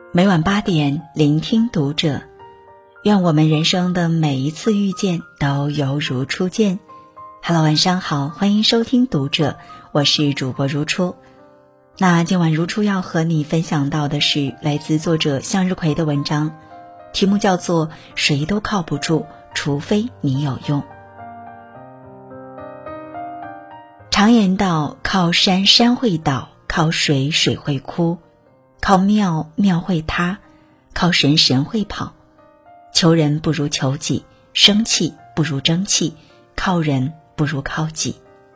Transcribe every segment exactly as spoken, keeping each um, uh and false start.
每晚八点，聆听读者。愿我们人生的每一次遇见都犹如初见。Hello， 晚上好，欢迎收听读者，我是主播如初。那今晚如初要和你分享到的是来自作者向日葵的文章，题目叫做谁都靠不住，除非你有用。常言道，靠山山会倒，靠水水会枯，靠庙庙会塌，靠神神会跑。求人不如求己，生气不如争气，靠人不如靠己。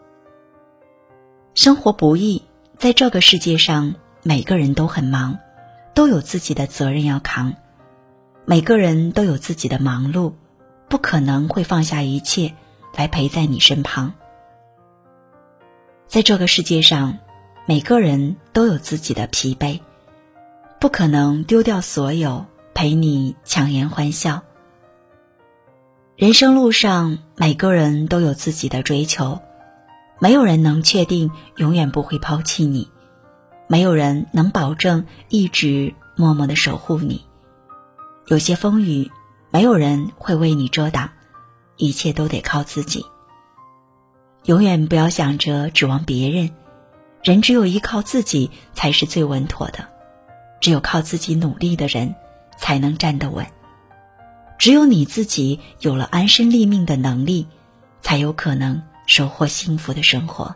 生活不易，在这个世界上，每个人都很忙，都有自己的责任要扛，每个人都有自己的忙碌，不可能会放下一切来陪在你身旁。在这个世界上，每个人都有自己的疲惫，不可能丢掉所有陪你强颜欢笑。人生路上，每个人都有自己的追求，没有人能确定永远不会抛弃你，没有人能保证一直默默地守护你。有些风雨，没有人会为你遮挡，一切都得靠自己。永远不要想着指望别人，人只有依靠自己才是最稳妥的，只有靠自己努力的人才能站得稳。只有你自己有了安身立命的能力，才有可能收获幸福的生活。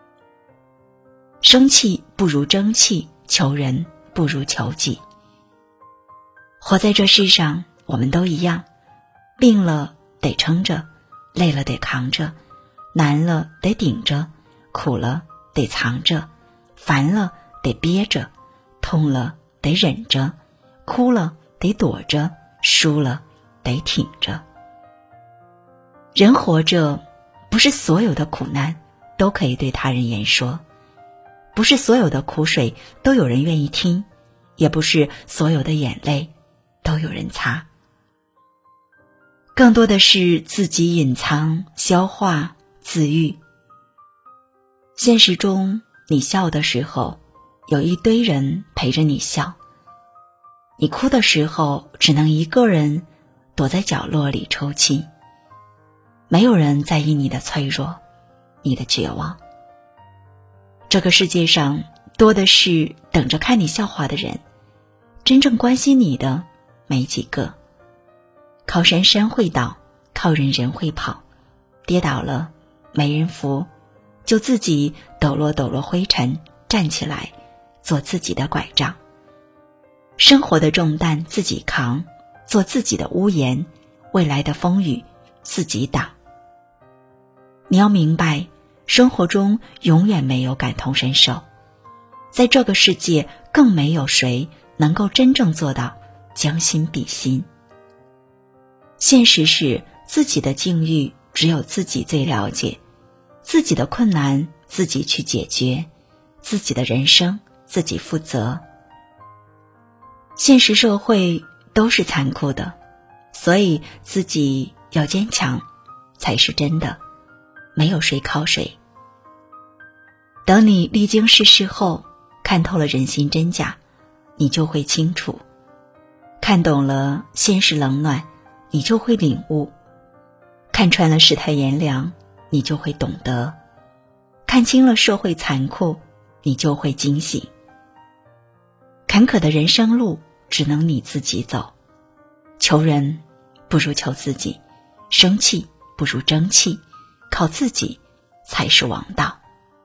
生气不如争气，求人不如求己。活在这世上，我们都一样，病了得撑着，累了得扛着，难了得顶着，苦了得藏着，烦了得憋着，痛了得忍着，哭了得躲着，输了得挺着。人活着，不是所有的苦难都可以对他人言说，不是所有的苦水都有人愿意听，也不是所有的眼泪都有人擦。更多的是自己隐藏、消化、自愈。现实中，你笑的时候，有一堆人陪着你笑；你哭的时候，只能一个人躲在角落里抽泣。没有人在意你的脆弱，你的绝望。这个世界上多的是等着看你笑话的人，真正关心你的没几个。靠山山会倒，靠人人会跑，跌倒了没人扶，就自己抖落抖落灰尘，站起来做自己的拐杖。生活的重担自己扛，做自己的屋檐，未来的风雨自己挡。你要明白，生活中永远没有感同身受，在这个世界更没有谁能够真正做到将心比心。现实是，自己的境遇只有自己最了解，自己的困难自己去解决，自己的人生自己负责。现实社会都是残酷的，所以自己要坚强才是真的，没有谁靠谁。等你历经世事后，看透了人心真假，你就会清楚；看懂了现实冷暖，你就会领悟；看穿了世态炎凉，你就会懂得；看清了社会残酷，你就会惊醒。坎坷的人生路只能你自己走，求人不如求自己，生气不如争气，靠自己才是王道。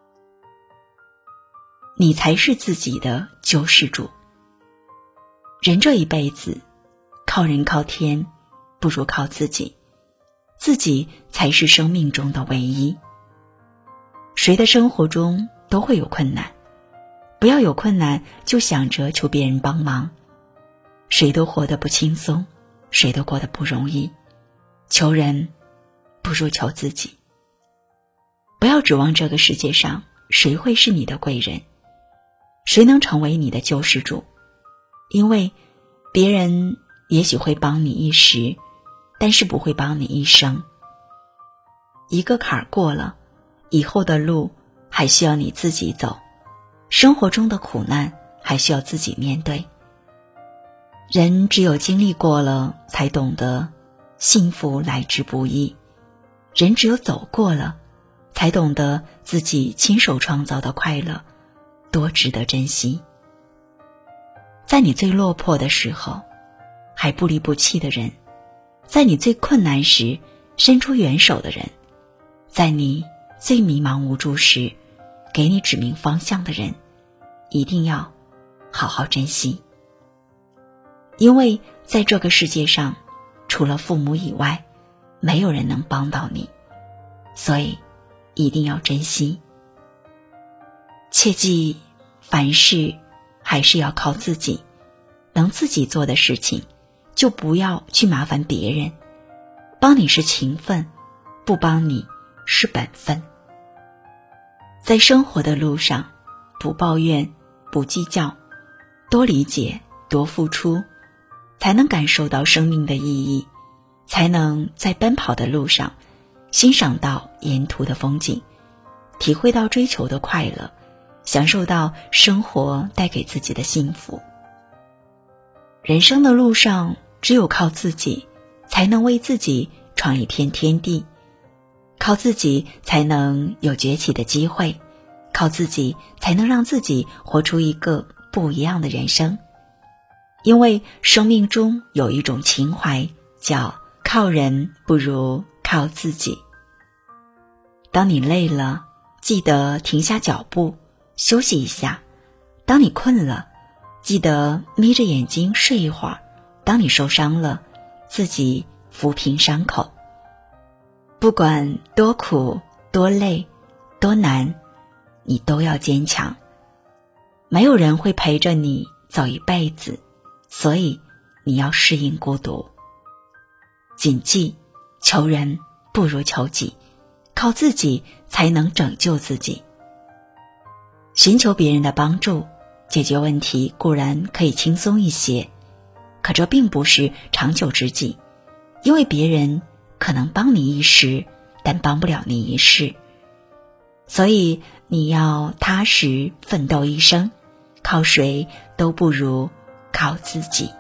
你才是自己的救世主。人这一辈子，靠人靠天不如靠自己，自己才是生命中的唯一。谁的生活中都会有困难，不要有困难就想着求别人帮忙。谁都活得不轻松，谁都过得不容易，求人不如求自己。不要指望这个世界上谁会是你的贵人，谁能成为你的救世主，因为别人也许会帮你一时，但是不会帮你一生。一个坎儿过了，以后的路还需要你自己走，生活中的苦难还需要自己面对。 人只有经历过了，才懂得幸福来之不易；人只有走过了，才懂得自己亲手创造的快乐多值得珍惜。在你最落魄的时候还不离不弃的人，在你最困难时伸出援手的人，在你最迷茫无助时给你指明方向的人，一定要好好珍惜。因为在这个世界上，除了父母以外，没有人能帮到你，所以一定要珍惜。切记，凡事还是要靠自己，能自己做的事情，就不要去麻烦别人。帮你是情分，不帮你是本分。在生活的路上，不抱怨，不计较，多理解，多付出，才能感受到生命的意义，才能在奔跑的路上欣赏到沿途的风景，体会到追求的快乐，享受到生活带给自己的幸福。人生的路上，只有靠自己，才能为自己闯一片天地，靠自己才能有崛起的机会，靠自己才能让自己活出一个不一样的人生。因为生命中有一种情怀，叫靠人不如靠自己。当你累了，记得停下脚步休息一下；当你困了，记得眯着眼睛睡一会儿；当你受伤了，自己抚平伤口。不管多苦多累多难，你都要坚强。没有人会陪着你走一辈子，所以你要适应孤独。谨记，求人不如求己，靠自己才能拯救自己。寻求别人的帮助，解决问题固然可以轻松一些，可这并不是长久之计，因为别人可能帮你一时，但帮不了你一世。所以你要踏实奋斗一生，靠谁都不如靠自己。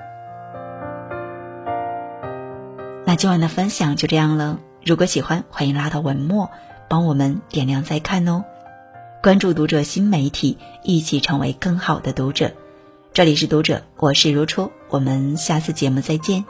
那今晚的分享就这样了，如果喜欢，欢迎拉到文末帮我们点亮再看哦。关注读者新媒体，一起成为更好的读者。这里是读者，我是如初，我们下次节目再见。